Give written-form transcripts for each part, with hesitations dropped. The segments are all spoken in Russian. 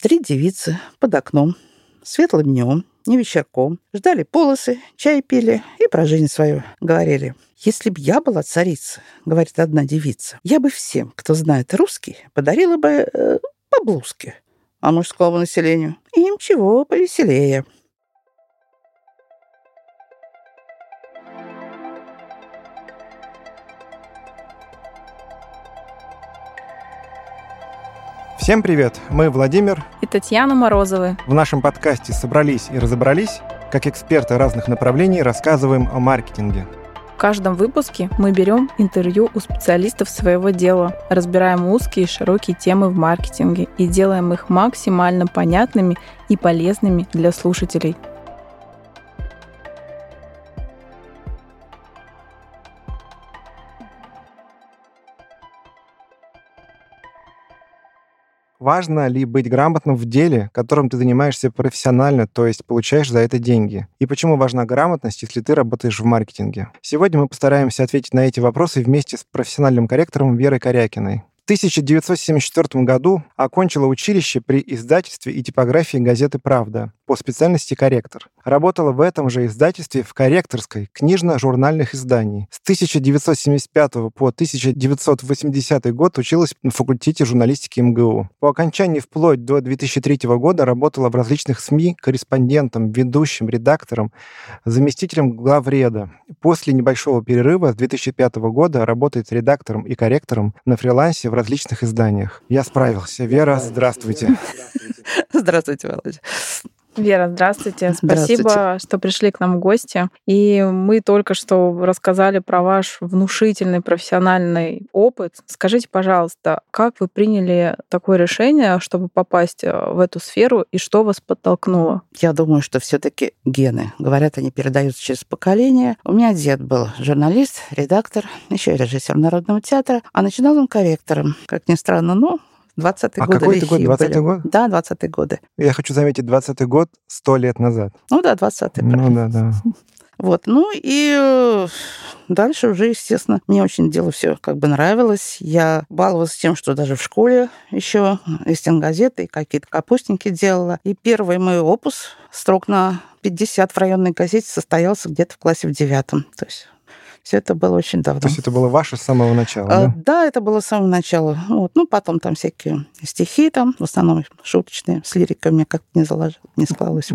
3 девицы под окном, светлым днем, не вечерком, ждали полосы, чай пили и про жизнь свою говорили. «Если б я была царица, — говорит одна девица, — я бы всем, кто знает русский, подарила бы по блузке, а мужскому населению им чего повеселее». Всем привет! Мы Владимир и Татьяна Морозовы. В нашем подкасте «Собрались и разобрались», как эксперты разных направлений, рассказываем о маркетинге. В каждом выпуске мы берем интервью у специалистов своего дела, разбираем узкие и широкие темы в маркетинге и делаем их максимально понятными и полезными для слушателей. Важно ли быть грамотным в деле, которым ты занимаешься профессионально, то есть получаешь за это деньги? И почему важна грамотность, если ты работаешь в маркетинге? Сегодня мы постараемся ответить на эти вопросы вместе с профессиональным корректором Верой Корякиной. В 1974 году окончила училище при издательстве и типографии газеты «Правда» по специальности корректор. Работала в этом же издательстве в корректорской книжно-журнальных изданий. С 1975 по 1980 год училась на факультете журналистики МГУ. По окончании вплоть до 2003 года работала в различных СМИ корреспондентом, ведущим, редактором, заместителем главреда. После небольшого перерыва с 2005 года работает редактором и корректором на фрилансе в различных изданиях. Я справился. Вера, здравствуйте. Здравствуйте, Володя. Вера, здравствуйте. Спасибо, что пришли к нам в гости. И мы только что рассказали про ваш внушительный профессиональный опыт. Скажите, пожалуйста, как вы приняли такое решение, чтобы попасть в эту сферу, и что вас подтолкнуло? Я думаю, что все-таки гены. Говорят, они передаются через поколение. У меня дед был журналист, редактор, еще и режиссер Народного театра, а начинал он корректором. Как ни странно, 20-е годы. Какой это год? 20-й год? Да, 20-е годы. Я хочу заметить, 20-й год 100 лет назад. 20-й. Да. И дальше уже, естественно, мне очень дело все нравилось. Я баловалась тем, что даже в школе еще и стенгазеты, и какие-то капустники делала. И первый мой опус, строк на 50 в районной газете, состоялся где-то в классе в 9. То есть все это было очень давно. То есть это было ваше с самого начала, да? Да, это было с самого начала. Потом там всякие стихи, в основном шуточные, с лирикой мне как-то не склалось.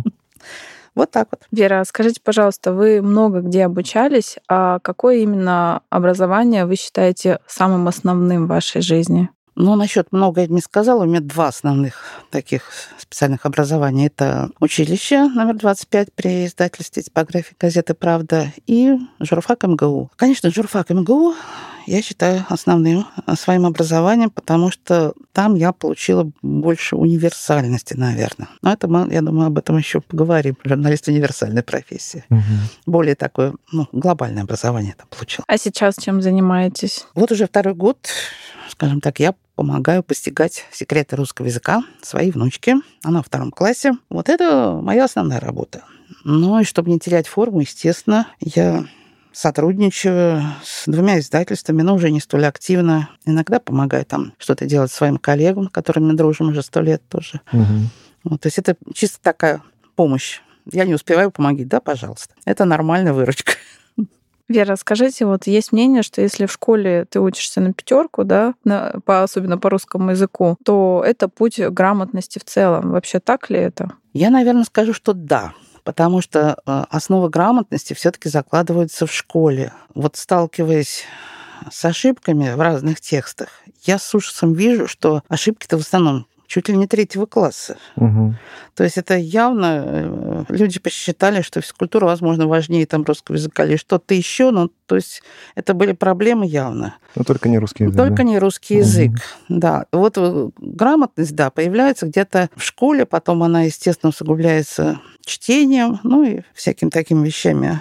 Вот так вот. Вера, скажите, пожалуйста, вы много где обучались, а какое именно образование вы считаете самым основным в вашей жизни? Насчет много я не сказала. У меня 2 основных таких специальных образования. Это училище номер 25 при издательстве типографии газеты «Правда» и журфак МГУ. Конечно, журфак МГУ я считаю основным своим образованием, потому что там я получила больше универсальности, наверное. Но это мы, я думаю, об этом еще поговорим. Журналист — универсальная профессия. Более такое глобальное образование я там получила. А сейчас чем занимаетесь? Вот уже 2-й год, скажем так, я помогаю постигать секреты русского языка своей внучке. Она в 2 классе. Вот это моя основная работа. И чтобы не терять форму, естественно, я сотрудничаю с 2 издательствами, но уже не столь активно. Иногда помогаю там что-то делать своим коллегам, с которыми мы дружим уже 100 лет тоже. То есть это чисто такая помощь. Я не успеваю, помоги, да, пожалуйста. Это нормальная выручка. Вера, скажите, есть мнение, что если в школе ты учишься на 5, да, особенно по русскому языку, то это путь грамотности в целом. Вообще так ли это? Я, наверное, скажу, что да. Потому что основы грамотности все-таки закладываются в школе. Сталкиваясь с ошибками в разных текстах, я с ужасом вижу, что ошибки-то в основном чуть ли не 3 класса. То есть это явно люди посчитали, что физкультура, возможно, важнее русского языка или что-то еще. То есть это были проблемы явно. Но только не русский язык. Только не русский язык, да. Грамотность, да, появляется где-то в школе, потом она, естественно, усугубляется чтением, и всякими такими вещами.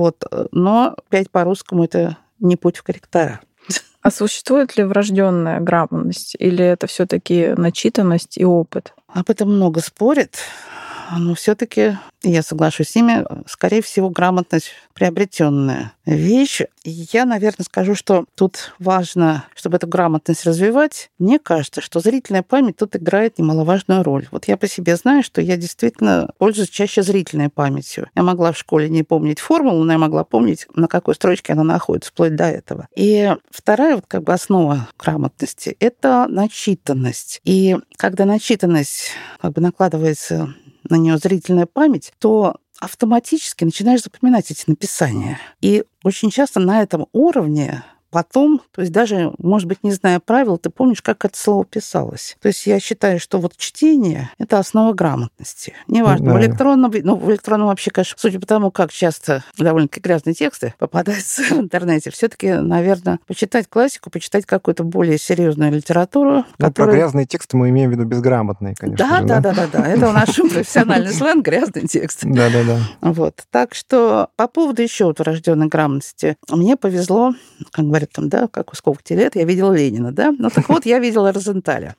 Но 5 по русскому — это не путь в корректора. А существует ли врожденная грамотность, или это все-таки начитанность и опыт? Об этом много спорят. но все-таки, я соглашусь с ними, скорее всего, грамотность приобретенная вещь. Я, наверное, скажу, что тут важно, чтобы эту грамотность развивать. Мне кажется, что зрительная память тут играет немаловажную роль. Вот я по себе знаю, что я действительно пользуюсь чаще зрительной памятью. Я могла в школе не помнить формулу, но я могла помнить, на какой строчке она находится, вплоть до этого. И вторая основа грамотности — это начитанность. И когда начитанность накладывается на нее зрительная память, то автоматически начинаешь запоминать эти написания. И очень часто на этом уровне потом, то есть даже, может быть, не зная правил, ты помнишь, как это слово писалось. То есть я считаю, что чтение — это основа грамотности. Неважно, в электронном вообще, конечно, судя по тому, как часто довольно-таки грязные тексты попадаются в интернете, все-таки, наверное, почитать классику, почитать какую-то более серьезную литературу. Про грязные тексты мы имеем в виду безграмотные, конечно. Да. Это наш профессиональный сленг — грязный текст. Да. Так что по поводу еще врожденной грамотности. Мне повезло, как говорят, как у сколько лет, я видела Ленина, да? Так вот, я видела Розенталя.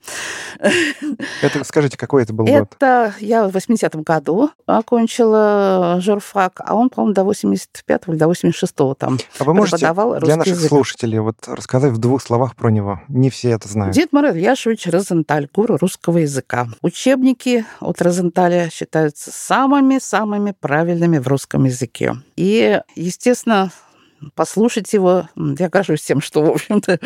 Это, скажите, какой это был год? Это я в 80-м году окончила журфак, а он, по-моему, до 85-го или до 86-го там А вы можете для наших язык. слушателей рассказать в 2 словах про него? Не все это знают. Дитмар Ильяшевич Розенталь, гуру русского языка. Учебники от Розенталя считаются самыми-самыми правильными в русском языке. И, естественно, послушать его. Я горжусь тем, что, в общем-то,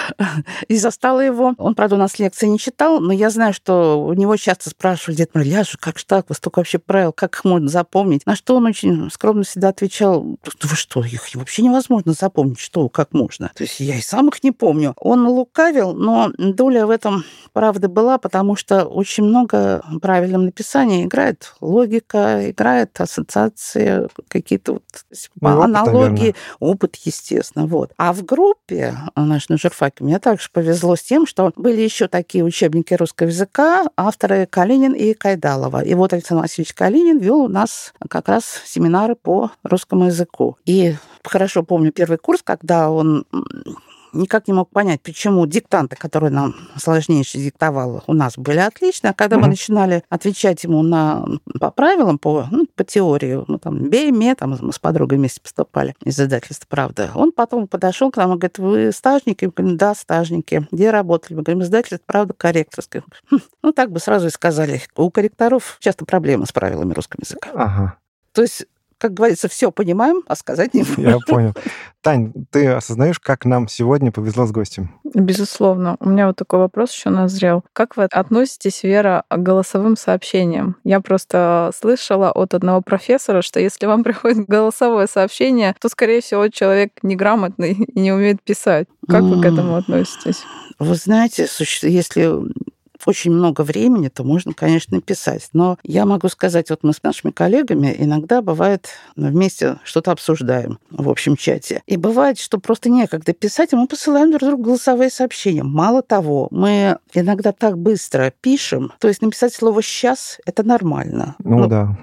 и застала его. Он, правда, у нас лекции не читал, но я знаю, что у него часто спрашивали: дед Ильяш, как же так, вы столько вообще правил, как их можно запомнить? На что он очень скромно всегда отвечал: вы что, их вообще невозможно запомнить, что, как можно? То есть я и сам их не помню. Он лукавил, но доля в этом правды была, потому что очень много в правильном написании играет логика, играет ассоциации, какие-то аналогии, опыт, естественно. А в группе на журфаке мне также повезло с тем, что были еще такие учебники русского языка, авторы Калинин и Кайдалова. И Александр Васильевич Калинин вел у нас как раз семинары по русскому языку. И хорошо помню первый курс, когда он никак не мог понять, почему диктанты, которые нам сложнейшие диктовал, у нас были отличные, а когда мы начинали отвечать ему по правилам, по теории, бей, ме, мы с подругой вместе поступали из издательства «Правда», он потом подошел к нам и говорит: вы стажники? Мы говорим: да, стажники. Где работали? Мы говорим: издательство «Правда» корректорское. Так бы сразу и сказали. У корректоров часто проблемы с правилами русского языка. Ага. То есть, как говорится, все понимаем, а сказать не можем. Я понял. Тань, ты осознаешь, как нам сегодня повезло с гостем? Безусловно. У меня такой вопрос еще назрел. Как вы относитесь, Вера, к голосовым сообщениям? Я просто слышала от одного профессора, что если вам приходит голосовое сообщение, то, скорее всего, человек неграмотный и не умеет писать. Как вы к этому относитесь? Вы знаете, если очень много времени, то можно, конечно, писать. Но я могу сказать, мы с нашими коллегами иногда бывает вместе что-то обсуждаем в общем чате. И бывает, что просто некогда писать, и мы посылаем друг другу голосовые сообщения. Мало того, мы иногда так быстро пишем, то есть написать слово «сейчас» — это нормально. Да.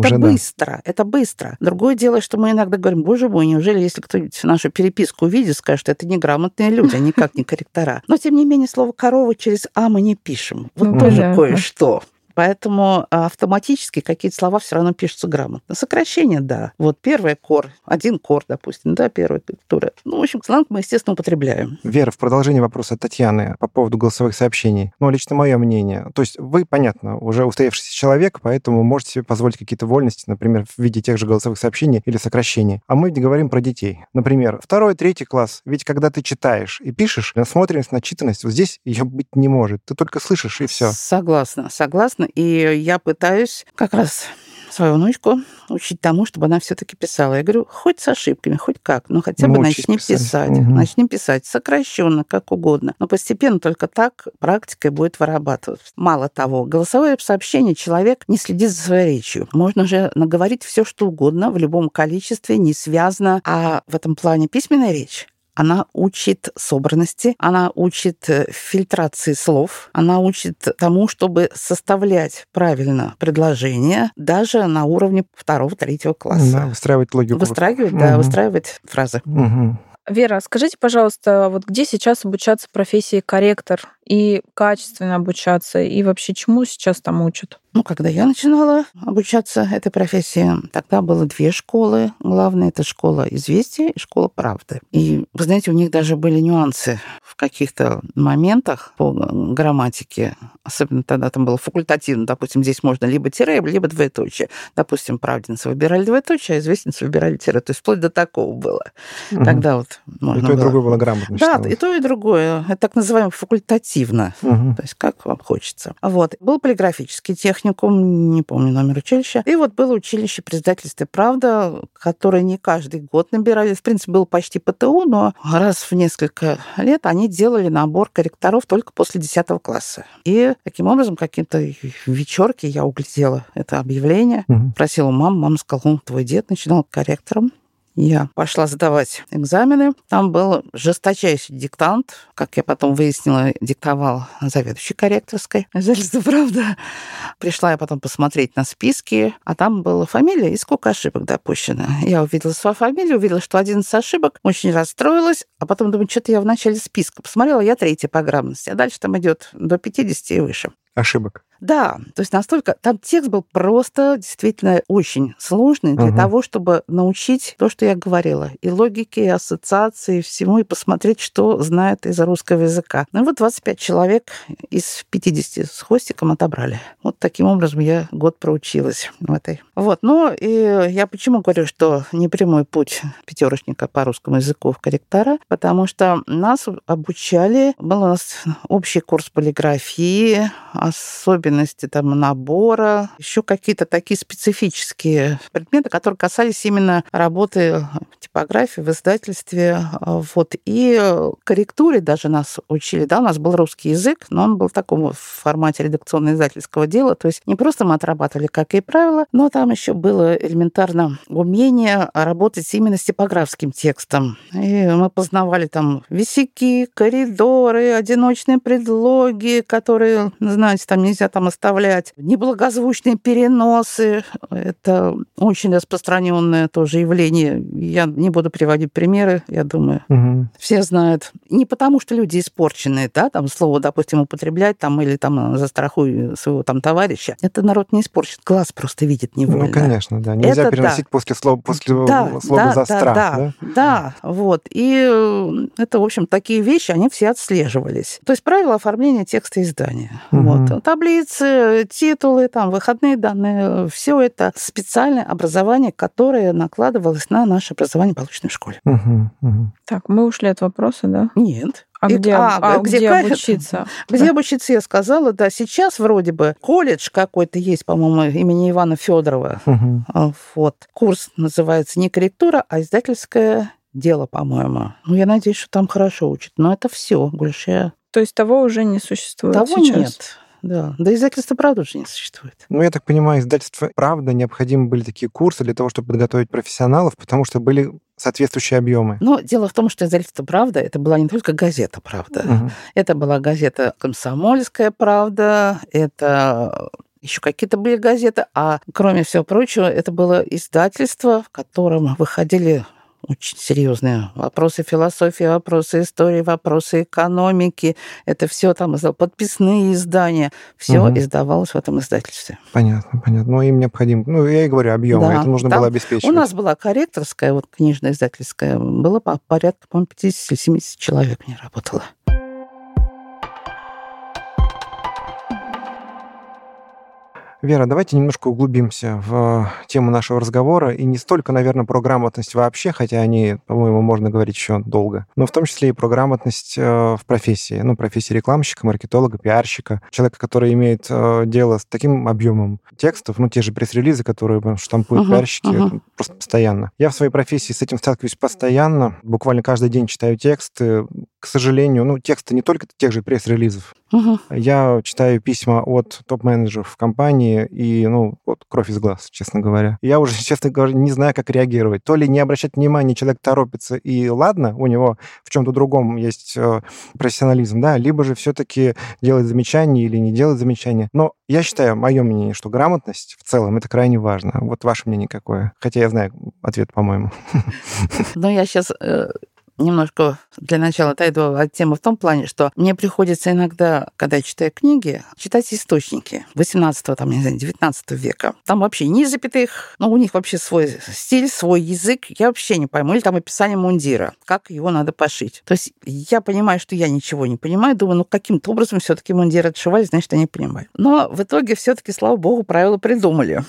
Это быстро. Другое дело, что мы иногда говорим: боже мой, неужели, если кто-нибудь нашу переписку увидит, скажет, что это неграмотные люди, а никак не корректора. Но, тем не менее, слово «корова» через «а» мы не пишем. Тоже кое-что. Поэтому автоматически какие-то слова все равно пишутся грамотно. Сокращение, да. Первый кор, один кор, допустим, да, первая корректура. В общем, сленг мы, естественно, употребляем. Вера, в продолжение вопроса Татьяны по поводу голосовых сообщений. Лично мое мнение. То есть вы, понятно, уже устоявшийся человек, поэтому можете себе позволить какие-то вольности, например, в виде тех же голосовых сообщений или сокращений. А мы говорим про детей. Например, 2-3 класс. Ведь когда ты читаешь и пишешь, насмотренность, начитанность, здесь ее быть не может. Ты только слышишь, и все. Согласна. И я пытаюсь как раз свою внучку учить тому, чтобы она все-таки писала. Я говорю: хоть с ошибками, хоть как, но хотя бы начни писать. Начни писать сокращенно, как угодно. Но постепенно только так практикой будет вырабатываться. Мало того, голосовое сообщение человек не следит за своей речью. Можно же наговорить все, что угодно, в любом количестве, не связано. А в этом плане письменная речь, она учит собранности, она учит фильтрации слов, она учит тому, чтобы составлять правильно предложения даже на уровне 2-3 класса. Да, выстраивать логику. Выстраивать фразы. Вера, скажите, пожалуйста, где сейчас обучаться профессии корректор и качественно обучаться, и вообще чему сейчас там учат? Когда я начинала обучаться этой профессии, тогда было 2 школы. Главная — это школа «Известия» и школа «Правды». И, вы знаете, у них даже были нюансы в каких-то моментах по грамматике. Особенно тогда там было факультативно. Допустим, здесь можно либо тире, либо двоеточие. Допустим, правдинцы выбирали двоеточие, а известницы выбирали тире. То есть вплоть до такого было. Тогда вот можно и то, и другое было грамотно. Да, и то, и другое. Это так называемо факультативно. То есть как вам хочется. Был полиграфический техникум, не помню номер училища. И вот было училище при издательстве «Правда», которое не каждый год набирали. В принципе, было почти ПТУ, но раз в несколько лет они делали набор корректоров только после 10 класса. И таким образом, какие-то вечерки я углядела это объявление, просила маму, мама сказала: твой дед начинал корректором. Я пошла сдавать экзамены. Там был жесточайший диктант. Как я потом выяснила, диктовал заведующий корректорской издательства «Правда». Пришла я потом посмотреть на списки, а там была фамилия и сколько ошибок допущено. Я увидела свою фамилию, увидела, что 11 ошибок, очень расстроилась, а потом думаю, что-то я в начале списка посмотрела, я 3-я по грамотности, а дальше там идет до 50 и выше. Ошибок. Да, то есть настолько... Там текст был просто действительно очень сложный для того, чтобы научить то, что я говорила. И логике, и ассоциации, и всему, и посмотреть, что знает из русского языка. Ну и вот 25 человек из 50 с хвостиком отобрали. Вот таким образом я год проучилась в этой. Ну и я почему говорю, что не прямой путь пятерочника по русскому языку в корректора, потому что нас обучали, был у нас общий курс полиграфии, особенности там набора, еще какие-то такие специфические предметы, которые касались именно работы в типографии, в издательстве. И корректуре даже нас учили. Да, у нас был русский язык, но он был в таком формате редакционно-издательского дела. То есть не просто мы отрабатывали какие правила, но там еще было элементарно умение работать именно с типографским текстом. И мы познавали там висяки, коридоры, одиночные предлоги, которые, знаете, там нельзя там оставлять. Неблагозвучные переносы. Это очень распространенное тоже явление. Я не буду приводить примеры, я думаю, все знают. Не потому, что люди испорченные, да, там слово, допустим, употреблять там или там застрахуй своего там товарища. Это народ не испорчен. Глаз просто видит невольно. Конечно, да. Нельзя это переносить после слова «застрах». Да, вот. И это, в общем, такие вещи, они все отслеживались. То есть правила оформления текста издания. Таблицы, титулы, там, выходные данные, все это специальное образование, которое накладывалось на наше образование, полученное в школе. Так, мы ушли от вопроса, да? Нет. Где обучиться? Где обучиться, я сказала, да. Сейчас вроде бы колледж какой-то есть, по-моему, имени Ивана Федорова. Курс называется не корректура, а издательское дело, по-моему. Я надеюсь, что там хорошо учат. Но это все больше. То есть того уже не существует того сейчас? Нет. Да, издательства «Правда» уже не существует. Я так понимаю, издательства «Правда» необходимы были такие курсы для того, чтобы подготовить профессионалов, потому что были соответствующие объемы. Но дело в том, что издательство «Правда» это была не только газета «Правда». Это была газета «Комсомольская правда», это еще какие-то были газеты, а кроме всего прочего, это было издательство, в котором выходили очень серьезные вопросы философии, вопросы истории, вопросы экономики. Это все там подписные издания. Все издавалось в этом издательстве. Понятно. Им необходимо. Я и говорю, объемы. Это нужно было обеспечивать. У нас была корректорская, книжная издательская. Было порядка, по-моему, 50 или 70 человек в ней работало. Вера, давайте немножко углубимся в тему нашего разговора. И не столько, наверное, про грамотность вообще, хотя о ней, по-моему, можно говорить еще долго, но в том числе и про грамотность в профессии. Профессии рекламщика, маркетолога, пиарщика. Человека, который имеет дело с таким объемом текстов, те же пресс-релизы, которые штампуют пиарщики просто постоянно. Я в своей профессии с этим сталкиваюсь постоянно. Буквально каждый день читаю тексты. К сожалению, тексты не только тех же пресс-релизов. Я читаю письма от топ-менеджеров в компании, и, кровь из глаз, честно говоря. Я уже, честно говоря, не знаю, как реагировать. То ли не обращать внимания, человек торопится, и ладно, у него в чем-то другом есть профессионализм, да, либо же все-таки делать замечания или не делать замечания. Но я считаю, мое мнение, что грамотность в целом это крайне важно. Вот ваше мнение какое? Хотя я знаю ответ, по-моему. Я сейчас немножко для начала отойду от темы в том плане, что мне приходится иногда, когда я читаю книги, читать источники 18-го, там, не знаю, 19 века. Там вообще ни запятых, но у них вообще свой стиль, свой язык. Я вообще не пойму. Или там описание мундира, как его надо пошить. То есть я понимаю, что я ничего не понимаю, думаю, каким-то образом все-таки мундир отшивали, значит, я не понимаю. Но в итоге все-таки, слава богу, правила придумали.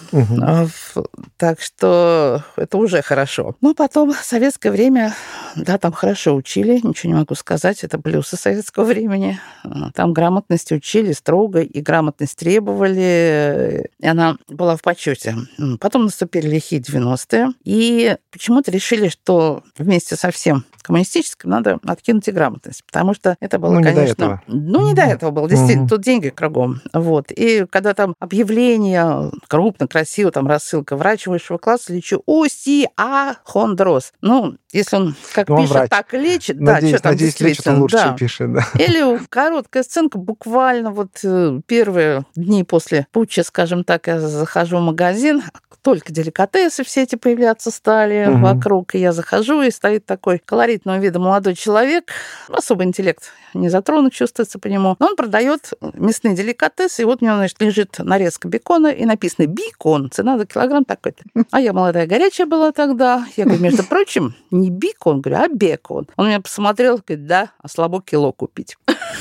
Так что это уже хорошо. Но потом в советское время, да, там хорошо учили, ничего не могу сказать, это плюсы советского времени. Там грамотность учили строго, и грамотность требовали, и она была в почете. Потом наступили лихие 90-е, и почему-то решили, что вместе со всем коммунистическим надо откинуть и грамотность, потому что это было, конечно... Не до этого было, действительно, тут деньги кругом. Вот. И когда там объявление, крупно, красиво, там рассылка, врач высшего класса, лечу остеохондроз. Если он как пишет, врач. так и лечит, Надеюсь, что там лечит он лучше, чем пишет, да. Или короткая сценка, буквально первые дни после путча, скажем так, я захожу в магазин, только деликатесы все эти появляться стали вокруг, и я захожу, и стоит такой колоритного вида молодой человек, особый интеллект не затронут, чувствуется по нему, но он продает мясные деликатесы, и вот у него, значит, лежит нарезка бекона, и написано «бекон», цена за килограмм такой-то. А я молодая горячая была тогда, я говорю, между прочим, не бекон, говорю, а бекон. Он меня посмотрел, говорит, да, а слабо кило купить.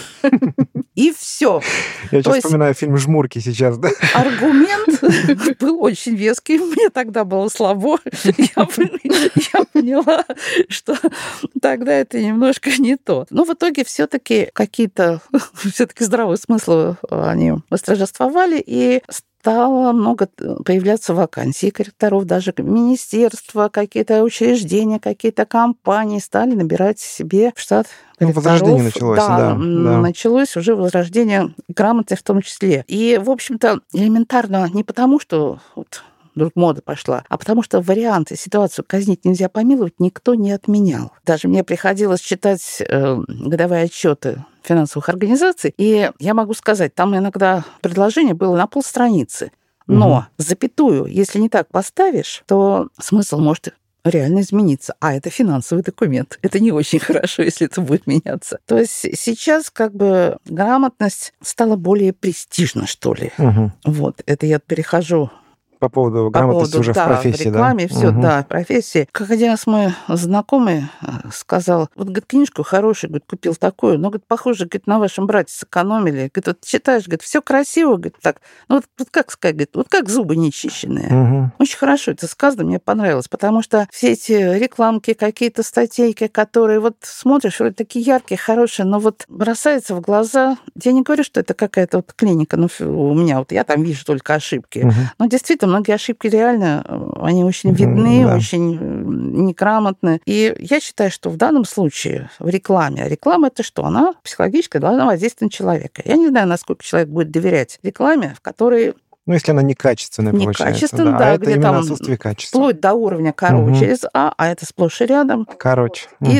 И все. Я сейчас вспоминаю фильм «Жмурки» сейчас, да? Аргумент был очень веский. Мне тогда было слабо. Я поняла, что тогда это немножко не то. Но в итоге все-таки какие-то здравые смыслы они восторжествовали, и стало много появляться вакансий корректоров, даже министерства, какие-то учреждения, какие-то компании стали набирать себе в штат корректоров. Возрождение началось, да. Началось уже возрождение грамотности в том числе. И, в общем-то, элементарно не потому, что вдруг мода пошла, а потому что варианты, ситуацию казнить нельзя помиловать, никто не отменял. Даже мне приходилось читать годовые отчеты финансовых организаций, и я могу сказать, там иногда предложение было на полстраницы. Но запятую, если не так поставишь, то смысл может реально измениться. А это финансовый документ. Это не очень хорошо, если это будет меняться. То есть сейчас грамотность стала более престижна, что ли. Вот, это я перехожу... По поводу грамотности уже в профессии, в рекламе, все, в профессии. Как один раз мой знакомый сказал, говорит, книжку хорошую, говорит, купил такую, но, говорит, похоже, говорит, на вашем брате сэкономили. Говорит, читаешь, говорит, все красиво, говорит, так. Как сказать, говорит, как зубы нечищенные. Очень хорошо это сказано, мне понравилось, потому что все эти рекламки, какие-то статейки, которые смотришь, вроде такие яркие, хорошие, но бросаются в глаза. Я не говорю, что это какая-то клиника, но у меня я там вижу только ошибки. Но действительно, многие ошибки реально, они очень видны, очень неграмотны. И я считаю, что в данном случае в рекламе, реклама это что? Она психологически должна воздействовать на человека. Я не знаю, насколько человек будет доверять рекламе, в которой... если она некачественная, получается. Некачественная, да, это именно отсутствие качества. Вплоть до уровня через А это сплошь и рядом. И,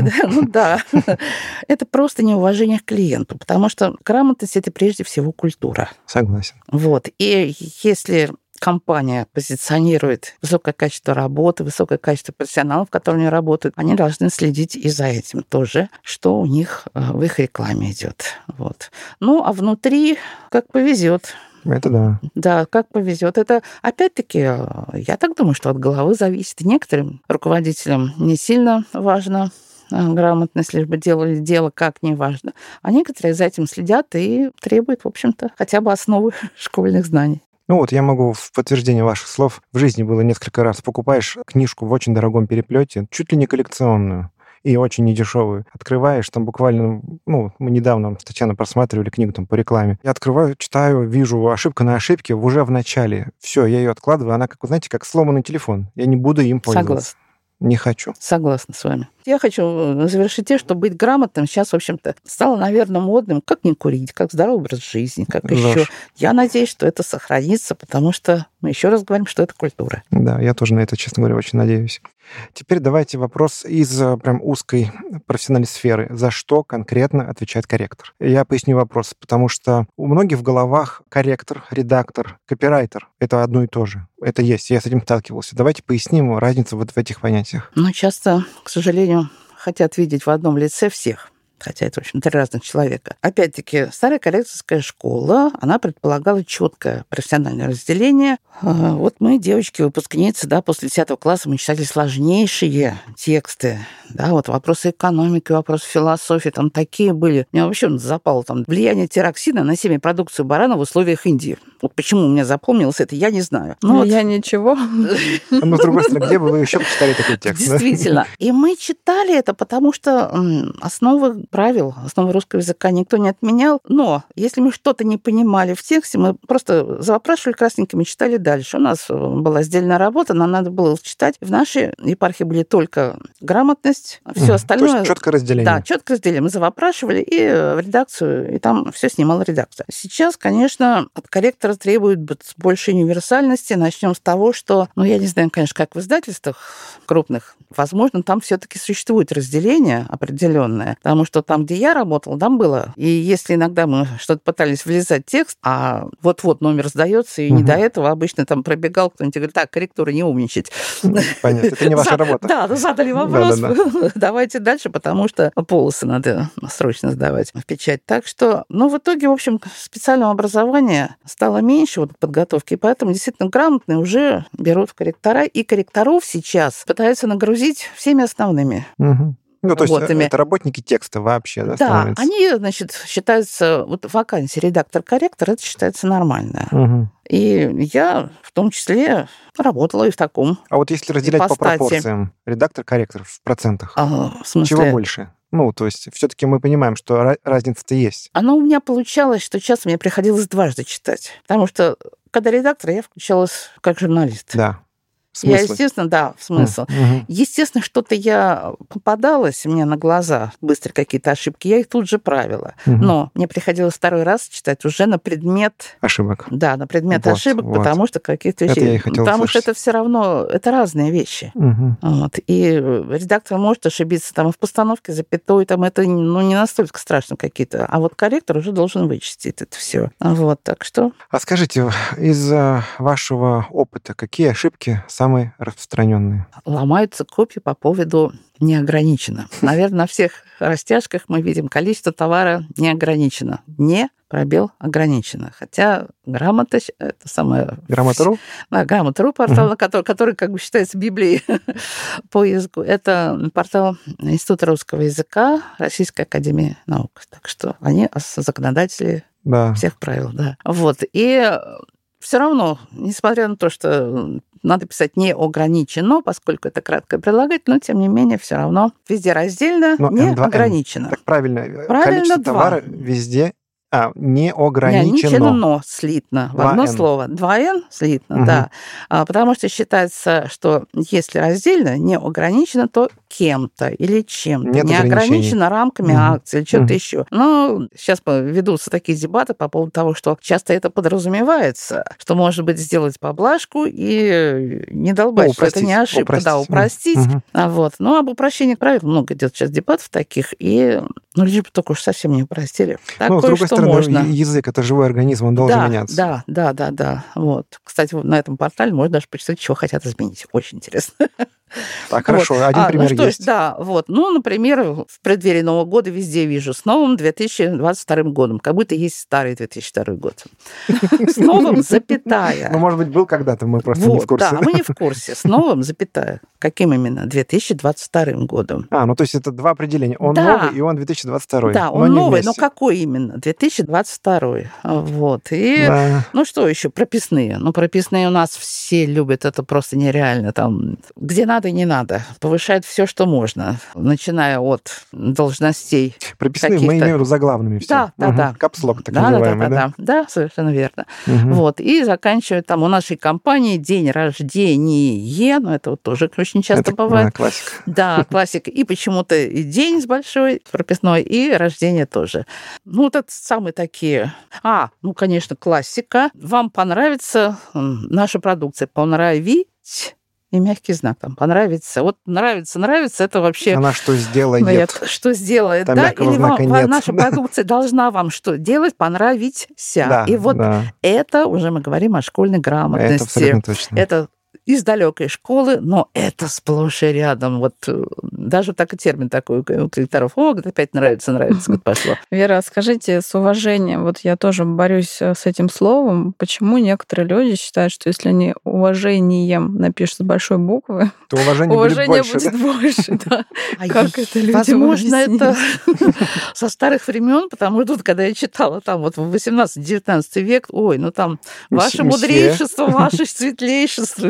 это просто неуважение к клиенту, потому что грамотность – это прежде всего культура. Согласен. И если компания позиционирует высокое качество работы, высокое качество профессионалов, которые они работают, они должны следить и за этим тоже, что у них в их рекламе идет. А внутри как повезет. Это да. Да, как повезет. Это, опять-таки, я так думаю, что от головы зависит. Некоторым руководителям не сильно важно грамотность, лишь бы делали дело как не важно. А некоторые за этим следят и требуют, в общем-то, хотя бы основы школьных знаний. Я могу в подтверждение ваших слов. В жизни было несколько раз. Покупаешь книжку в очень дорогом переплете, чуть ли не коллекционную, и очень недешевую. Открываешь, там буквально... мы недавно с Татьяной просматривали книгу по рекламе. Я открываю, читаю, вижу ошибка на ошибке уже в начале. Все, я ее откладываю. Она, как сломанный телефон. Я не буду им пользоваться. Согласна. Не хочу. Согласна с вами. Я хочу завершить тем, что быть грамотным сейчас, в общем-то, стало, наверное, модным. Как не курить, как здоровый образ жизни, как еще. Я надеюсь, что это сохранится, потому что мы еще раз говорим, что это культура. Да, я тоже на это, честно говоря, очень надеюсь. Теперь давайте вопрос из прям узкой профессиональной сферы. За что конкретно отвечает корректор? Я поясню вопрос, потому что у многих в головах корректор, редактор, копирайтер — это одно и то же. Это есть, я с этим сталкивался. Давайте поясним разницу в этих понятиях. Часто, к сожалению, хотят видеть в одном лице всех. Хотя это, в общем, 3 разных человека. Опять-таки, старая корректорская школа, она предполагала четкое профессиональное разделение. Вот мы, девочки-выпускницы, да, после 10 класса мы читали сложнейшие тексты. Да, вот вопросы экономики, вопросы философии, там такие были. Мне вообще запало там влияние тироксина на семяпродукцию барана в условиях Индии. Вот почему у меня запомнилось это, я не знаю. Ну, я ничего. Но, с другой стороны, где бы вы еще почитали такой текст? Действительно. И мы читали это, потому что основы правил, основы русского языка никто не отменял. Но если мы что-то не понимали в тексте, мы просто запрашивали красненькими, читали дальше. У нас была сдельная работа, нам надо было читать. В нашей епархии были только грамотность, все остальное... То есть четкое разделение. Да, четкое разделение. Мы завопрашивали и в редакцию, и там все снимала редакция. Сейчас, конечно, от корректора требует больше универсальности. Начнем с того, что, я не знаю, конечно, как в издательствах крупных, возможно, там все-таки существует разделение определенное, потому что там, где я работала, там было. И если иногда мы что-то пытались влезать в текст, а вот-вот номер сдается, и не до этого обычно там пробегал кто-нибудь и говорит, так, корректура, не умничать. Понятно, это не ваша работа. Да, задали вопрос, давайте дальше, потому что полосы надо срочно сдавать в печать. Так что, в итоге, в общем, специального образования стало меньше подготовки, и поэтому действительно грамотные уже берут в корректора, и корректоров сейчас пытаются нагрузить всеми основными. То есть это работники текста вообще, да, становятся? Да, они, считаются, вакансия редактор-корректор, это считается нормально. И я в том числе работала и в таком. А вот если разделять по пропорциям, редактор-корректор в процентах, в смысле? Чего больше? То есть все-таки мы понимаем, что разница-то есть. Оно у меня получалось, что часто мне приходилось дважды читать. Потому что, когда редактор, я включалась как журналист. Да. Я, естественно, в смысл. Естественно, что-то я попадалось мне на глаза, быстро какие-то ошибки, я их тут же правила. Но мне приходилось 2-й раз читать уже на предмет... Ошибок. Да, на предмет ошибок, потому что каких-то вещей... Это я и хотел потому услышать. что это все равно, это разные вещи. И редактор может ошибиться там и в постановке, запятой, там это не настолько страшно какие-то. А вот корректор уже должен вычистить это все. Так что... А скажите, из вашего опыта, какие ошибки самые распространенные? Ломаются копии по поводу неограниченно. Наверное, на всех растяжках мы видим количество товара неограничено. Не пробел ограничено. Хотя грамота — это самое... Грамота.ру? Да, Грамота.ру портал, который как бы считается Библией по языку. Это портал Института русского языка Российской академии наук. Так что они законодатели всех правил. Да. И все равно, несмотря на то, что надо писать не ограничено, поскольку это краткое прилагательное, но тем не менее все равно везде раздельно, не ограничено. Так правильно количество товара везде не ограничено. Но слитно в одно слово. 2Н слитно, да. Потому что считается, что если раздельно, не ограничено, то кем-то или чем-то. Не ограничено рамками акций или что-то еще. Но сейчас ведутся такие дебаты по поводу того, что часто это подразумевается, что, может быть, сделать поблажку и не долбать, что это не ошибка. Упростить. Но об упрощении правил много идет сейчас дебатов таких, и лишь бы только уж совсем не упростили. С другой стороны, язык — это живой организм, он должен меняться. Да. Кстати, на этом портале можно даже почитать, чего хотят изменить. Очень интересно. Так, хорошо, один пример есть. Например, в преддверии Нового года везде вижу с новым 2022 годом, как будто есть старый 2002 год. С новым, запятая. Может быть, был когда-то, мы просто не в курсе. Да, мы не в курсе. С новым, запятая. Каким именно? 2022 годом. То есть это 2 определения. Он новый, и он 2022. Да, он новый, но какой именно? 2022. И, что еще? Прописные. Прописные у нас все любят, это просто нереально. Там, где надо и не надо. Повышает все, что можно, начиная от должностей. Прописные мы имеем заглавными все. Да. Капслок, так называемый, да? Да, совершенно верно. И заканчивая там у нашей компании день рождения, это тоже очень часто бывает. Классика. Да, классика. И почему-то и день с большой прописной, и рождение тоже. Это самые такие. Конечно, классика. Вам понравится наша продукция. Понравить. И мягкий знак там понравится. Нравится, это вообще... Она что сделает? Что сделает, там да? Или нет. Наша продукция должна вам что делать? Понравиться. Да, это уже мы говорим о школьной грамотности. Это абсолютно точно. Это из далекой школы, но это сплошь и рядом. даже так и термин такой у корректоров. О, опять нравится, пошло. Вера, скажите с уважением, вот я тоже борюсь с этим словом, почему некоторые люди считают, что если они уважением напишут с большой буквы, то уважение будет больше, да. Как это людям возможно, объяснить? это со старых времен, потому что тут, когда я читала, там вот в 18-19 век, ой, ну там ваше мудрейшество, ваше светлейшество,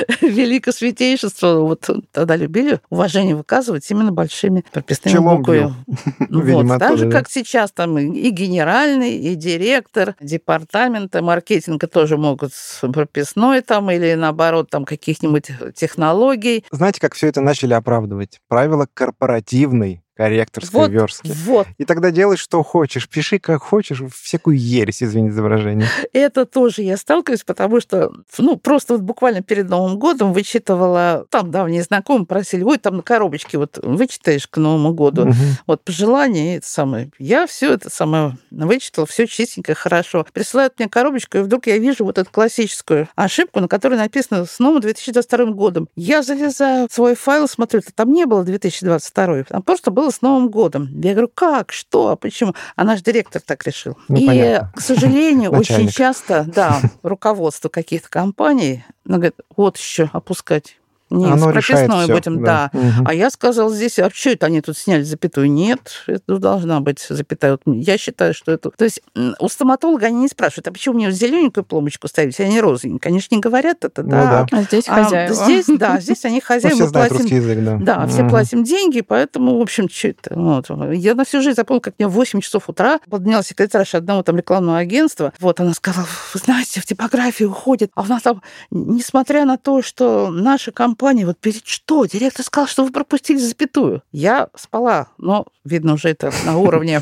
великосвятейшество, вот тогда любили уважение выказывать именно большими прописными буквами. Вот, так же, как сейчас там и генеральный, и директор департамента маркетинга тоже могут прописной там или наоборот там каких-нибудь технологий. Знаете, как все это начали оправдывать? Правила корпоративной корректорской верстки. Вот. И тогда делай, что хочешь, пиши, как хочешь, всякую ересь, извини за выражение. Это тоже я сталкиваюсь, потому что, просто вот буквально перед Новым годом вычитывала, там давние знакомые просили, ой, там на коробочке вот вычитаешь к Новому году, вот пожелания, это самое. Я все это самое вычитала, все чистенько, хорошо. Присылают мне коробочку, и вдруг я вижу вот эту классическую ошибку, на которой написано с новым 2022 годом. Я залезаю в свой файл, смотрю, там не было 2022, там просто было с Новым годом. Я говорю, как, что, почему? А наш директор так решил. Понятно. К сожалению, очень часто, руководство каких-то компаний, говорит, вот еще опускать. Нет, с прописной будем, да. А я сказала здесь, а что это они тут сняли запятую? Нет, это должна быть запятая. Вот я считаю, что это... То есть у стоматолога они не спрашивают, а почему мне зелененькую пломочку ставить, а не розовенькую? Конечно, не говорят это, да. А здесь хозяева. Здесь они хозяева. Все знают русский язык, да. Да, все платим деньги, поэтому, в общем, что это? Вот. Я на всю жизнь запомнила, как мне в 8 часов утра подняла секретарша одного там рекламного агентства. Вот она сказала, вы знаете, в типографию уходит. А у нас там, несмотря на то, что наша компания, вот перед что? Директор сказал, что вы пропустили запятую. Я спала, но, видно, уже это на уровне...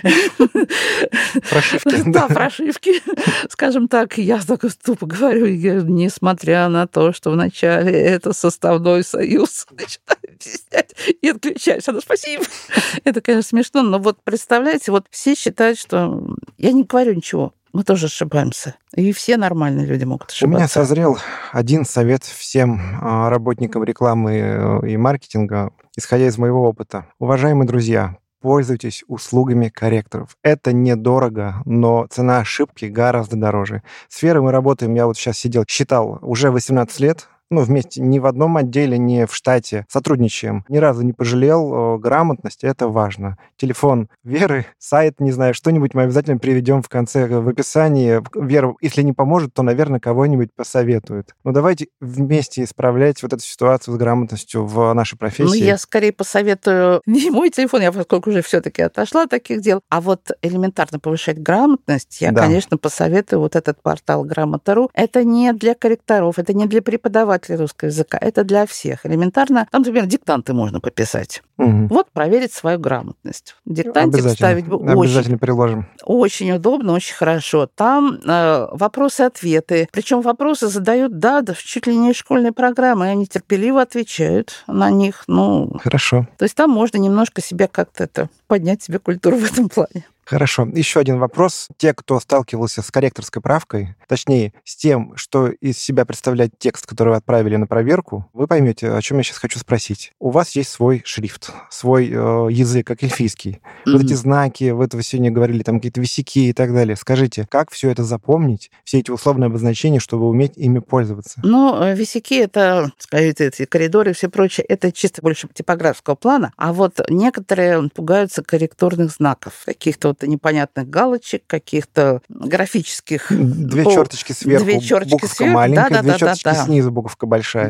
Прошивки. Да, прошивки, скажем так. Я так тупо говорю, несмотря на то, что вначале это составной союз, начинаю объяснять и отключаюсь. Она, спасибо. Это, конечно, смешно, но вот представляете, вот все считают, что... Я не говорю ничего. Мы тоже ошибаемся. И все нормальные люди могут ошибаться. У меня созрел один совет всем работникам рекламы и маркетинга, исходя из моего опыта. Уважаемые друзья, пользуйтесь услугами корректоров. Это недорого, но цена ошибки гораздо дороже. С Верой мы работаем, я вот сейчас сидел, считал, уже 18 лет, вместе ни в одном отделе, ни в штате сотрудничаем. Ни разу не пожалел. Грамотность — это важно. Телефон Веры, сайт, не знаю, что-нибудь мы обязательно приведем в конце в описании. Вера, если не поможет, то, наверное, кого-нибудь посоветует. Давайте вместе исправлять вот эту ситуацию с грамотностью в нашей профессии. Я скорее посоветую не мой телефон, я поскольку уже все-таки отошла от таких дел, а вот элементарно повышать грамотность, я, конечно, посоветую вот этот портал Грамота.ру. Это не для корректоров, это не для преподавателей русского языка, это для всех. Элементарно, там, например, диктанты можно пописать. Вот проверить свою грамотность. Диктантик вставить обязательно приложим. Очень удобно, очень хорошо. Там вопросы-ответы. Причем вопросы задают, чуть ли не школьные программы, и они терпеливо отвечают на них. Хорошо. То есть там можно немножко себя как-то поднять себе культуру в этом плане. Хорошо. Еще один вопрос. Те, кто сталкивался с корректорской правкой, точнее, с тем, что из себя представляет текст, который вы отправили на проверку, вы поймете, о чем я сейчас хочу спросить. У вас есть свой шрифт, свой язык, как эльфийский. Вот эти знаки, вы сегодня говорили, там какие-то висяки и так далее. Скажите, как все это запомнить, все эти условные обозначения, чтобы уметь ими пользоваться? Висяки — это, скажите, эти коридоры и все прочее, это чисто больше типографского плана. А вот некоторые пугаются корректурных знаков, каких-то непонятных галочек, каких-то графических... Две черточки сверху, буковка маленькая, две черточки снизу, буковка большая.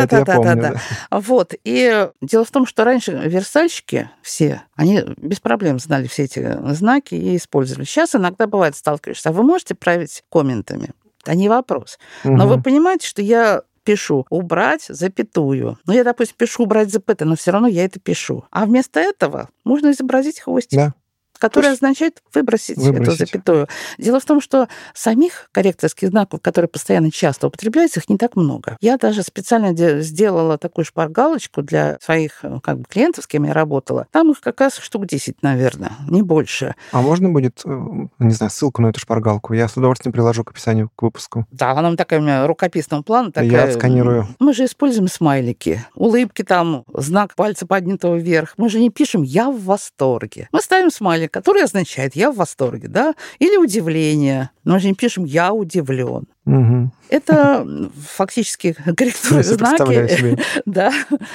Да. Вот. И дело в том, что раньше верстальщики все, они без проблем знали все эти знаки и использовали. Сейчас иногда бывает сталкиваешься. А вы можете править комментами? Это не вопрос. Но вы понимаете, что я пишу «убрать запятую». Я, допустим, пишу «убрать ЗПТ», но все равно я это пишу. А вместо этого можно изобразить хвостик. Да. которое означает выбросить эту запятую. Дело в том, что самих корректорских знаков, которые постоянно часто употребляются, их не так много. Я даже специально сделала такую шпаргалочку для своих клиентов, с кем я работала. Там их как раз штук 10, наверное, не больше. А можно будет, не знаю, ссылку на эту шпаргалку? Я с удовольствием приложу к описанию к выпуску. Да, она такая у меня рукописного плана. Я отсканирую. Мы же используем смайлики, улыбки там, знак пальца поднятого вверх. Мы же не пишем «я в восторге». Мы ставим смайлик, который означает «я в восторге», да? Или удивление. Мы же не пишем «я удивлен». Угу. Это фактически корректурные знаки. Да,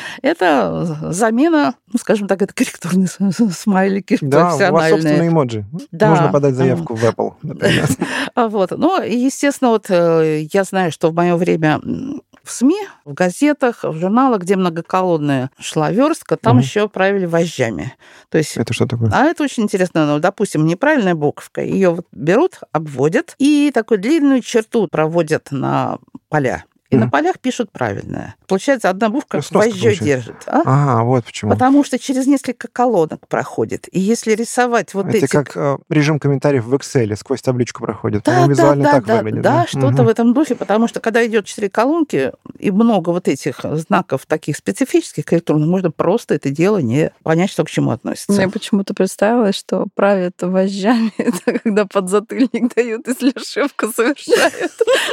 это замена, скажем так, это корректурные смайлики профессиональные. Да, у вас собственные эмоджи. Да. Можно подать заявку в Apple, например. Ну, естественно, я знаю, что в мое время в СМИ, в газетах, в журналах, где многоколонная шла верстка, там еще правили вожжами. То есть, это что такое? А это очень интересно. Допустим, неправильная буковка. Ее берут, обводят и такую длинную черту проводят на поля. И на полях пишут правильное. Получается, одна буква вожжой держит. Вот почему. Потому что через несколько колонок проходит. И если рисовать вот эти... Это как режим комментариев в Excel, сквозь табличку проходит. Визуально так выглядит. Да, что-то в этом духе, потому что когда идет 4 колонки и много вот этих знаков таких специфических корректурных, можно просто это дело не понять, что к чему относится. Мне почему-то представилось, что правят вожжами, это когда подзатыльник дают, если ошибку совершают.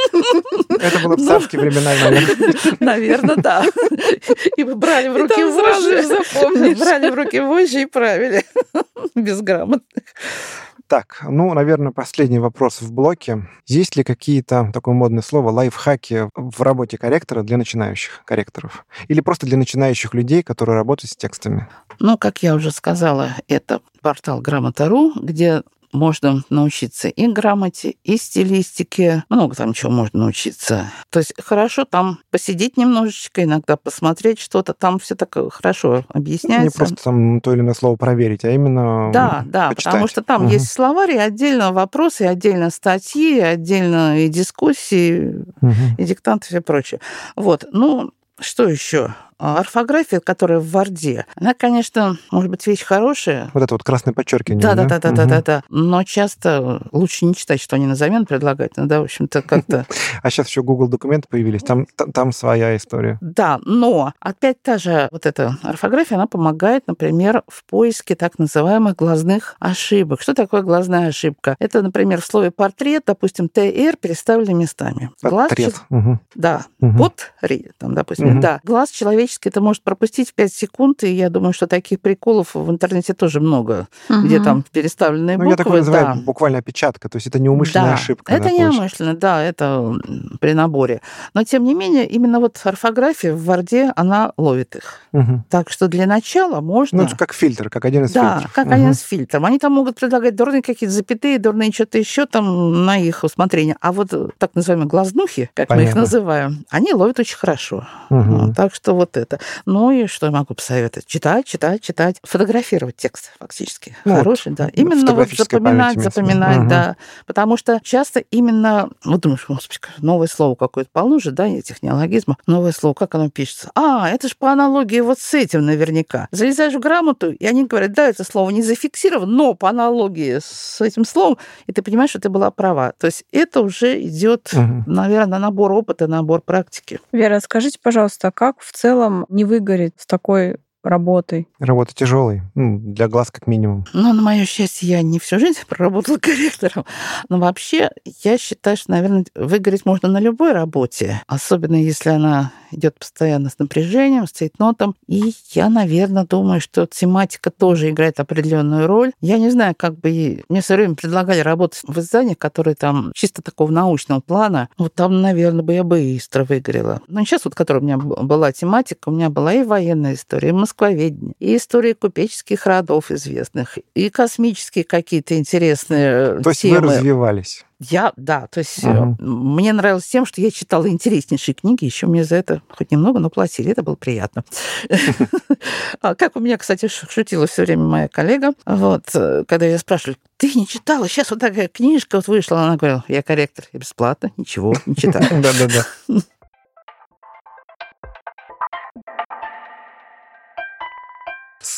Это было в царские времена, наверное. Наверное, да. И брали в руки вожжи. Брали в руки вожжи и правили. Безграмотных. Так, наверное, последний вопрос в блоке. Есть ли какие-то, такое модное слово, лайфхаки в работе корректора для начинающих корректоров? Или просто для начинающих людей, которые работают с текстами? Как я уже сказала, это портал Грамота.ру, где можно научиться и грамоте, и стилистике. Много там чего можно научиться. То есть хорошо там посидеть немножечко, иногда посмотреть что-то. Там все так хорошо объясняется. Не просто там то или иное слово проверить, а именно Да, почитать. Потому что там есть словарь, и отдельно вопросы, и отдельно статьи, и отдельно и дискуссии, и диктанты, и все прочее. Что еще? Орфография, которая в Ворде, она, конечно, может быть, вещь хорошая. Вот это вот красное подчеркивание. Да. Но часто лучше не читать, что они на замену предлагают. В общем-то, как-то... А сейчас еще Google документы появились, там своя история. Да, но опять та же вот эта орфография, она помогает, например, в поиске так называемых гласных ошибок. Что такое гласная ошибка? Это, например, в слове «портрет», допустим, «тр» переставлены местами. Портрет. Да, «потри», там, допустим, да. Глаз человеческий это может пропустить в 5 секунд, и я думаю, что таких приколов в интернете тоже много, где там переставленные буквы. Я такое называю буквально опечатка, то есть это неумышленная ошибка. Это неумышленно, да, это при наборе. Но, тем не менее, именно вот орфография в Ворде, она ловит их. Так что для начала можно... это как фильтр, как один из фильтров. Да, как один из фильтров. Они там могут предлагать дурные какие-то запятые, дурные что-то еще там на их усмотрение. А вот так называемые глазнухи, как мы их называем, они ловят очень хорошо. Так что вот это. И что я могу посоветовать? Читать. Фотографировать текст фактически. Хороший, да. Именно запоминать, да. Потому что часто именно... думаешь, господи, новое слово какое-то полно же, да, этих неологизмов. Новое слово, как оно пишется? Это же по аналогии вот с этим наверняка. Залезаешь в грамоту, и они говорят, да, это слово не зафиксировано, но по аналогии с этим словом, и ты понимаешь, что ты была права. То есть это уже идет, наверное, набор опыта, набор практики. Вера, скажите, пожалуйста, как в целом не выгореть с такой работой? Работа тяжелая, для глаз как минимум. На мое счастье, я не всю жизнь проработала корректором. Но вообще, я считаю, что, наверное, выгореть можно на любой работе. Особенно, если она идет постоянно с напряжением, с цейтнотом. И я, наверное, думаю, что тематика тоже играет определенную роль. Я не знаю, мне все время предлагали работать в изданиях, которые там чисто такого научного плана. Там, наверное, я быстро выгорела. Но сейчас которая у меня была тематика, у меня была и военная история, и москвоведение, и истории купеческих родов известных, и космические какие-то интересные темы. То есть вы развивались? То есть мне нравилось тем, что я читала интереснейшие книги, еще мне за это хоть немного, но платили, это было приятно. Как у меня, кстати, шутила все время моя коллега, когда я спрашивала, ты не читала, сейчас вот такая книжка вышла, она говорила, я корректор, я бесплатно, ничего, не читаю. Да. С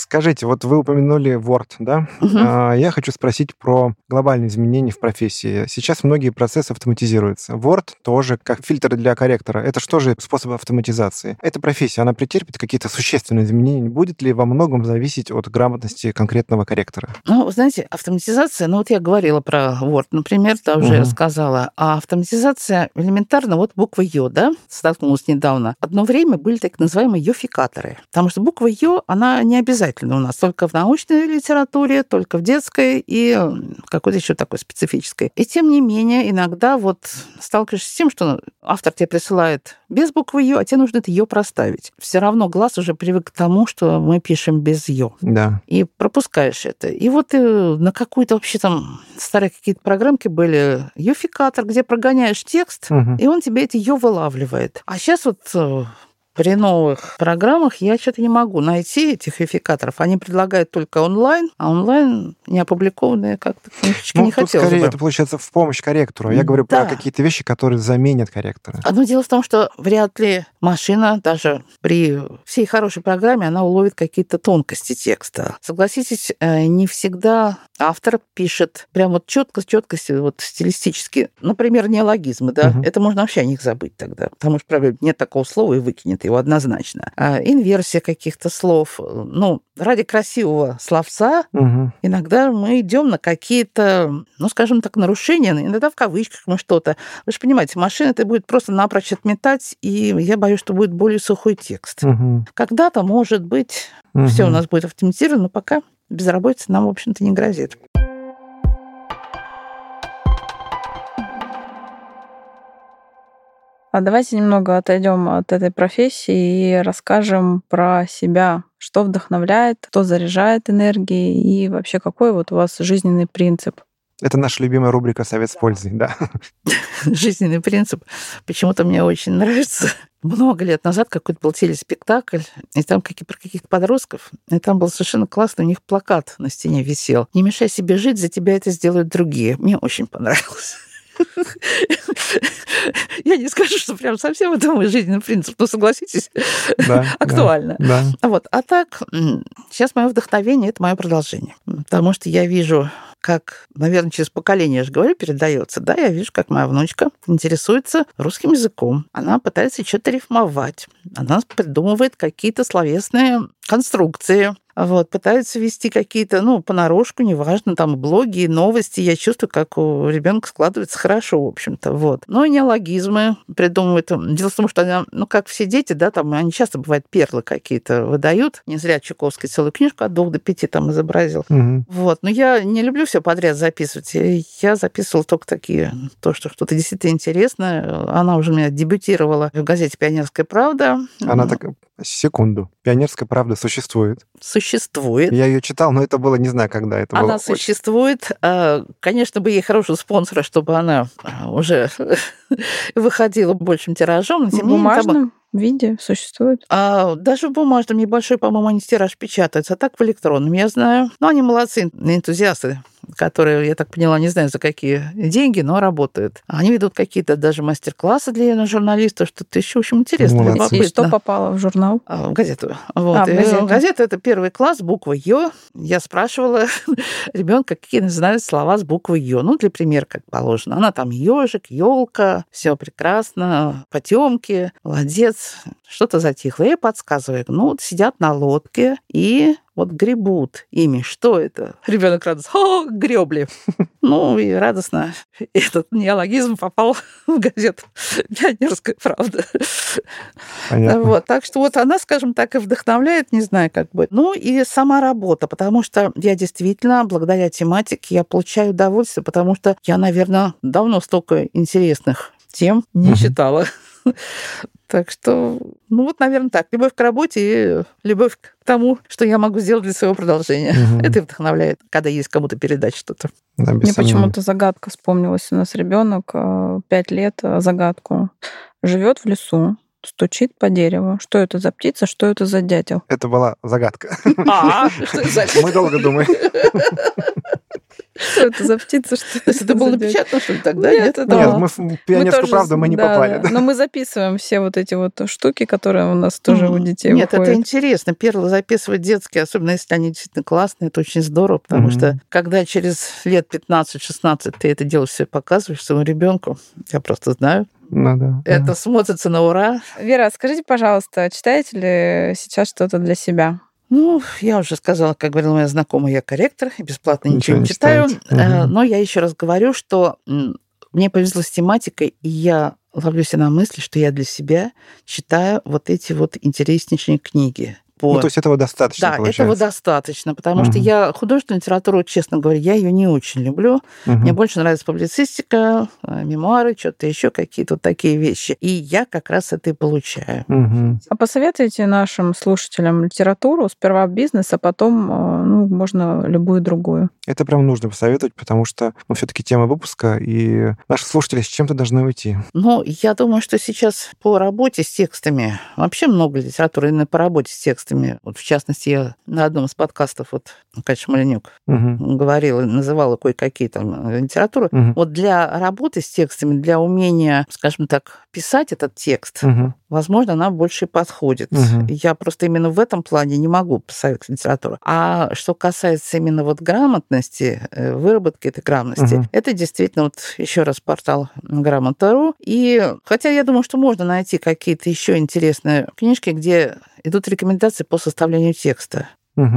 Скажите, вот вы упомянули Word, да? Я хочу спросить про глобальные изменения в профессии. Сейчас многие процессы автоматизируются. Word тоже как фильтр для корректора. Это что же способ автоматизации? Эта профессия, она претерпит какие-то существенные изменения? Будет ли во многом зависеть от грамотности конкретного корректора? Ну, вы знаете, автоматизация, ну вот я говорила про Word, например, да, уже сказала, а автоматизация элементарно, вот буква Ё, да, столкнулась недавно. Одно время были так называемые йофикаторы, потому что буква Ё, она не обязательно у нас только в научной литературе, только в детской и какой-то еще такой специфической. И тем не менее, иногда вот сталкиваешься с тем, что автор тебе присылает без буквы Ё, а тебе нужно это Ё проставить. Все равно глаз уже привык к тому, что мы пишем без Ё. Да. И пропускаешь это. И вот на какую-то вообще там старые какие-то программки были, йофикатор, где прогоняешь текст, и он тебе это Ё вылавливает. А сейчас вот при новых программах я что-то не могу найти этих йофикаторов. Они предлагают только онлайн, а онлайн не опубликованные как-то книжечки не хотелось скорее бы. это получается в помощь корректору. Я говорю про какие-то вещи, которые заменят корректора. Одно дело в том, что вряд ли машина, даже при всей хорошей программе, она уловит какие-то тонкости текста. Согласитесь, не всегда автор пишет прям вот четко вот стилистически. Например, неологизмы, да, это можно вообще о них забыть тогда, потому что нет такого слова и выкинет его однозначно. Инверсия каких-то слов. Ну, ради красивого словца иногда мы идем на какие-то, ну, скажем так, нарушения, иногда в кавычках мы что-то. Вы же понимаете, машина это будет просто напрочь отметать, и я боюсь, что будет более сухой текст. Когда-то, может быть, все у нас будет автоматизировано, но пока безработица нам, в общем-то, не грозит. А давайте немного отойдем от этой профессии и расскажем про себя. Что вдохновляет, что заряжает энергией и вообще какой вот у вас жизненный принцип? Это наша любимая рубрика «Совет с пользой», да. Жизненный принцип почему-то мне очень нравится. Много лет назад какой-то был телеспектакль, и там про каких-то подростков, и там был совершенно классный, у них плакат на стене висел. «Не мешай себе жить, за тебя это сделают другие». Мне очень понравилось. Я не скажу, что прям совсем это мой жизненный принцип, но согласитесь, актуально. Да. Вот. А так, сейчас мое вдохновение – это мое продолжение. Потому что я вижу, как, наверное, через поколение, я же говорю, передается, да, я вижу, как моя внучка интересуется русским языком. Она пытается что-то рифмовать. Она придумывает какие-то словесные конструкции. Вот, пытаются вести какие-то, ну, понарошку, неважно, там, блоги, новости. Я чувствую, как у ребенка складывается хорошо, в общем-то, вот. Ну, и неологизмы придумывают. Дело в том, что она, ну, как все дети, да, там, они часто, бывает, перлы какие-то выдают. Не зря Чуковский целую книжку от 2 до 5 там изобразил. Вот. Но я не люблю все подряд записывать. Я записывала только такие, то, что что-то действительно интересное. Она уже у меня дебютировала в газете «Пионерская правда». Она так... Секунду. «Пионерская правда» существует. Существует. Я ее читал, но это было, не знаю, когда это было. Она существует. Конечно, бы ей хорошего спонсора, чтобы она уже выходила большим тиражом. Но, тем не менее, в бумажном виде существует? Даже в бумажном небольшой, по-моему, они тираж печатаются. А так в электронном, я знаю. Но они молодцы, энтузиасты, которые, я так поняла, не знаю, за какие деньги, но работают. Они ведут какие-то даже мастер-классы для журналистов, что-то еще очень интересно. И что попало в журнал? В газету. Вот. В газету. Газета – это 1 класс, буква Ё. Я спрашивала ребенка, какие знают слова с буквой Ё. Ну, для примера, как положено. Она там ежик, елка, все прекрасно, потемки, молодец. Что-то затихло. Я подсказываю. Ну, вот сидят на лодке и вот гребут ими. Что это? Ребенок радостно. Гребли. Ну, и радостно этот неологизм попал в газету «Пионерская правда». Понятно. Вот. Так что вот она, скажем так, и вдохновляет, не знаю, как бы. Ну, и сама работа, потому что я действительно, благодаря тематике, я получаю удовольствие, потому что я, наверное, давно столько интересных тем не читала. Так что, ну вот, наверное, так. Любовь к работе и любовь к тому, что я могу сделать для своего продолжения. Это и вдохновляет, когда есть кому-то передать что-то. Да, Мне почему-то загадка вспомнилась. У нас ребенок 5 лет, загадку. Живет в лесу, стучит по дереву. Что это за птица, что это за дятел? Это была загадка. Что это за... Мы долго думали. Что это за птица? То есть это было напечатано, что ли, тогда? Нет, Нет? Нет, мы в «Пионерскую правду» мы не попали. Но мы записываем все вот эти вот штуки, которые у нас тоже у детей Нет, это выходят. интересно. Первое, записывать детские, особенно если они действительно классные, это очень здорово, потому что когда через лет 15-16 ты это делаешь, все показываешь своему ребенку, я просто знаю, это смотрится на ура. Вера, скажите, пожалуйста, читаете ли сейчас что-то для себя? Ну, я уже сказала, как говорила моя знакомая, я корректор, и бесплатно ничего не читаю. Но я еще раз говорю, что мне повезло с тематикой, и я ловлю себя на мысли, что я для себя читаю вот эти вот интереснейшие книги. Ну, то есть этого достаточно, получается? Да, этого достаточно, потому что я художественную литературу, честно говоря, я ее не очень люблю. Мне больше нравится публицистика, мемуары, что-то еще, какие-то вот такие вещи. И я как раз это и получаю. А посоветуйте нашим слушателям литературу, сперва бизнес, а потом, можно любую другую. Это прям нужно посоветовать, потому что все-таки тема выпуска, и наши слушатели с чем-то должны уйти. Ну, я думаю, что сейчас по работе с текстами, вообще много литературы именно по работе с текстами. Вот, в частности, я на одном из подкастов, вот, Катя Шмаленюк говорила, называла кое-какие там литературы. Вот для работы с текстами, для умения, скажем так, писать этот текст, возможно, она больше подходит. Я просто именно в этом плане не могу посоветовать литературу. А что касается именно вот грамотности, выработки этой грамотности, это действительно, вот еще раз, портал Грамота.ру. И хотя я думаю, что можно найти какие-то еще интересные книжки, где идут рекомендации по составлению текста.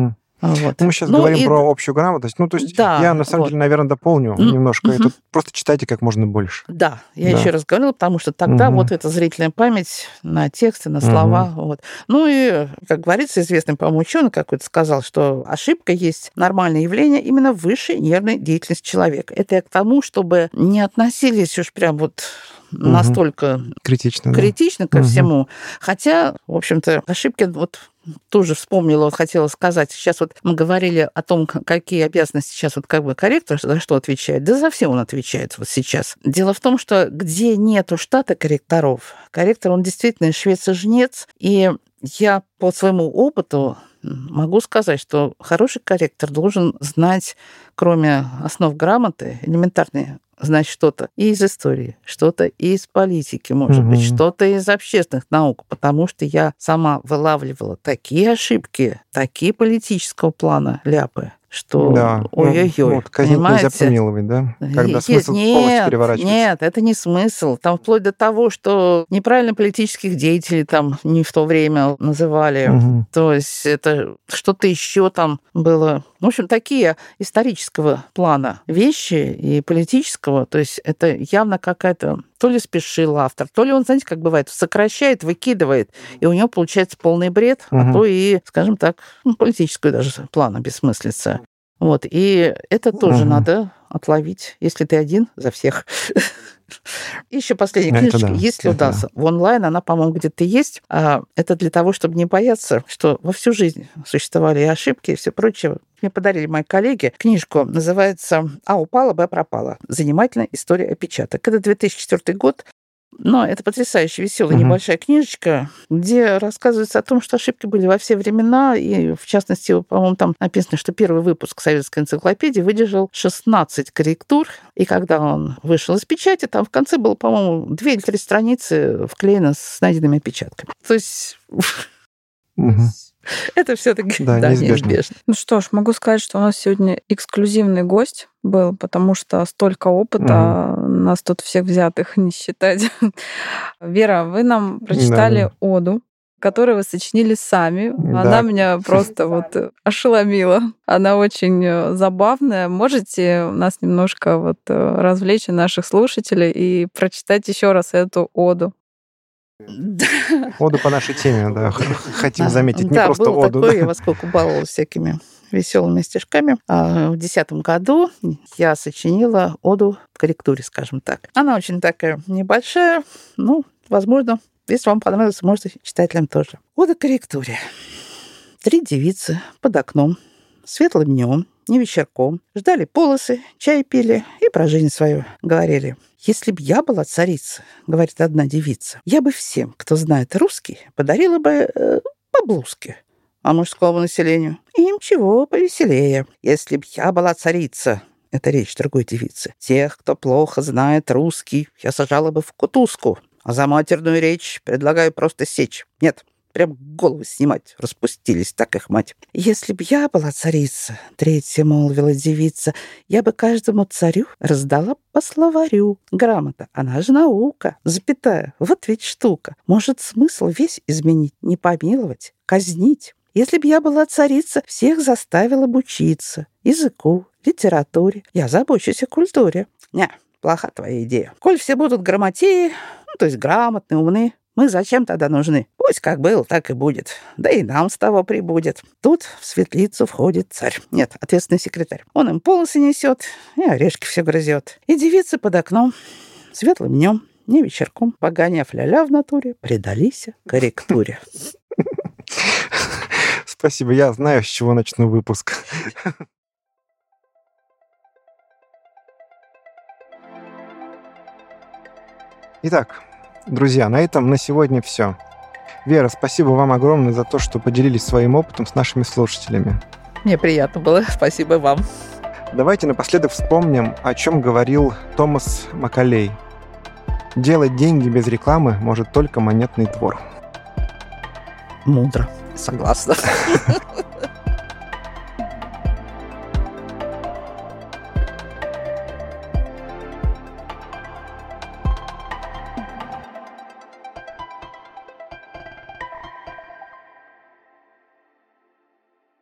Вот. Мы сейчас говорим про общую грамотность. Ну, то есть я, на самом деле, наверное, дополню немножко. Это просто читайте как можно больше. Да, я еще раз говорила, потому что тогда вот эта зрительная память на тексты, на слова. Вот. Ну и, как говорится, известный, по-моему, ученый какой-то сказал, что ошибка есть нормальное явление именно высшей нервной деятельности человека. Это я к тому, чтобы не относились уж прям вот настолько критично ко всему. Хотя, в общем-то, ошибки вот тоже вспомнила, вот хотела сказать. Сейчас вот мы говорили о том, какие обязанности сейчас вот как бы корректор за что отвечает. Да за все он отвечает вот сейчас. Дело в том, что где нету штата корректоров, корректор, он действительно швец и жнец. И я по своему опыту могу сказать, что хороший корректор должен знать, кроме основ грамоты, элементарные, знать что-то и из истории, что-то и из политики, может быть, что-то из общественных наук, потому что я сама вылавливала такие ошибки, такие политического плана ляпы, что ой-ой-ой, вот, казнить нельзя помиловать, да? Когда смысл полностью переворачивается. Нет, это не смысл. Там вплоть до того, что неправильно политических деятелей там не в то время называли. То есть это что-то еще там было. В общем, такие исторического плана вещи и политического. То есть это явно какая-то... То ли спешил автор, то ли он, знаете, как бывает, сокращает, выкидывает, и у него получается полный бред, а то и, скажем так, политического даже плана бессмыслица. Вот, и это тоже надо отловить, если ты один, за всех. Еще последняя книжечка, если удастся. В онлайн она, по-моему, где-то есть. Это для того, чтобы не бояться, что во всю жизнь существовали и ошибки, и все прочее. Мне подарили мои коллеги книжку, называется «А упала, Б пропала. Занимательная история опечаток». Это 2004 год. Но это потрясающе веселая небольшая книжечка, где рассказывается о том, что ошибки были во все времена. И, в частности, по-моему, там написано, что первый выпуск советской энциклопедии выдержал 16 корректур. И когда он вышел из печати, там в конце было, по-моему, 2 или 3 страницы вклеено с найденными опечатками. То есть... Это все-таки неизбежно. Ну что ж, могу сказать, что у нас сегодня эксклюзивный гость был, потому что столько опыта, нас тут всех взятых не считать. Вера, вы нам прочитали оду, которую вы сочинили сами. Она меня просто вот ошеломила. Она очень забавная. Можете нас немножко вот развлечь наших слушателей и прочитать еще раз эту оду? Оду по нашей теме, да, хотим заметить, не просто был оду. Такой, я поскольку баловалась всякими веселыми стишками. В 2010 году я сочинила оду к корректуре, скажем так. Она очень такая небольшая, возможно, если вам понравится, можете читателям тоже. Ода к корректуре. 3 девицы под окном, светлым днем, не вечерком, ждали полосы, чай пили и про жизнь свою говорили. «Если б я была царица, — говорит одна девица, — я бы всем, кто знает русский, подарила бы по блузке, а мужскому населению им чего повеселее. Если б я была царица, Это речь другой девицы. Тех, кто плохо знает русский, я сажала бы в кутузку. А за матерную речь предлагаю просто сечь. Нет, прям головы снимать распустились, так их мать. Если б я была царица, третья молвила девица, я бы каждому царю раздала по словарю. Грамота, она же наука, запятая, вот ведь штука. Может смысл весь изменить, не помиловать, казнить. Если б я была царица, всех заставила бы учиться языку, литературе. Я забочусь о культуре. Не, плоха твоя идея. Коль все будут грамотеи, то есть грамотные, умны, мы зачем тогда нужны? Пусть как был, так и будет. Да и нам с того прибудет. Тут в светлицу входит царь. Нет, ответственный секретарь. Он им полосы несет и орешки все грызет. И девицы под окном светлым днем, не вечерком, погоняв ля-ля в натуре, предались корректуре. Спасибо, я знаю, с чего начну выпуск. Итак, друзья, на этом на сегодня все. Вера, спасибо вам огромное за то, что поделились своим опытом с нашими слушателями. Мне приятно было. Спасибо вам. Давайте напоследок вспомним, о чем говорил Томас Макколей. Делать деньги без рекламы может только монетный двор. Мудро. Согласна.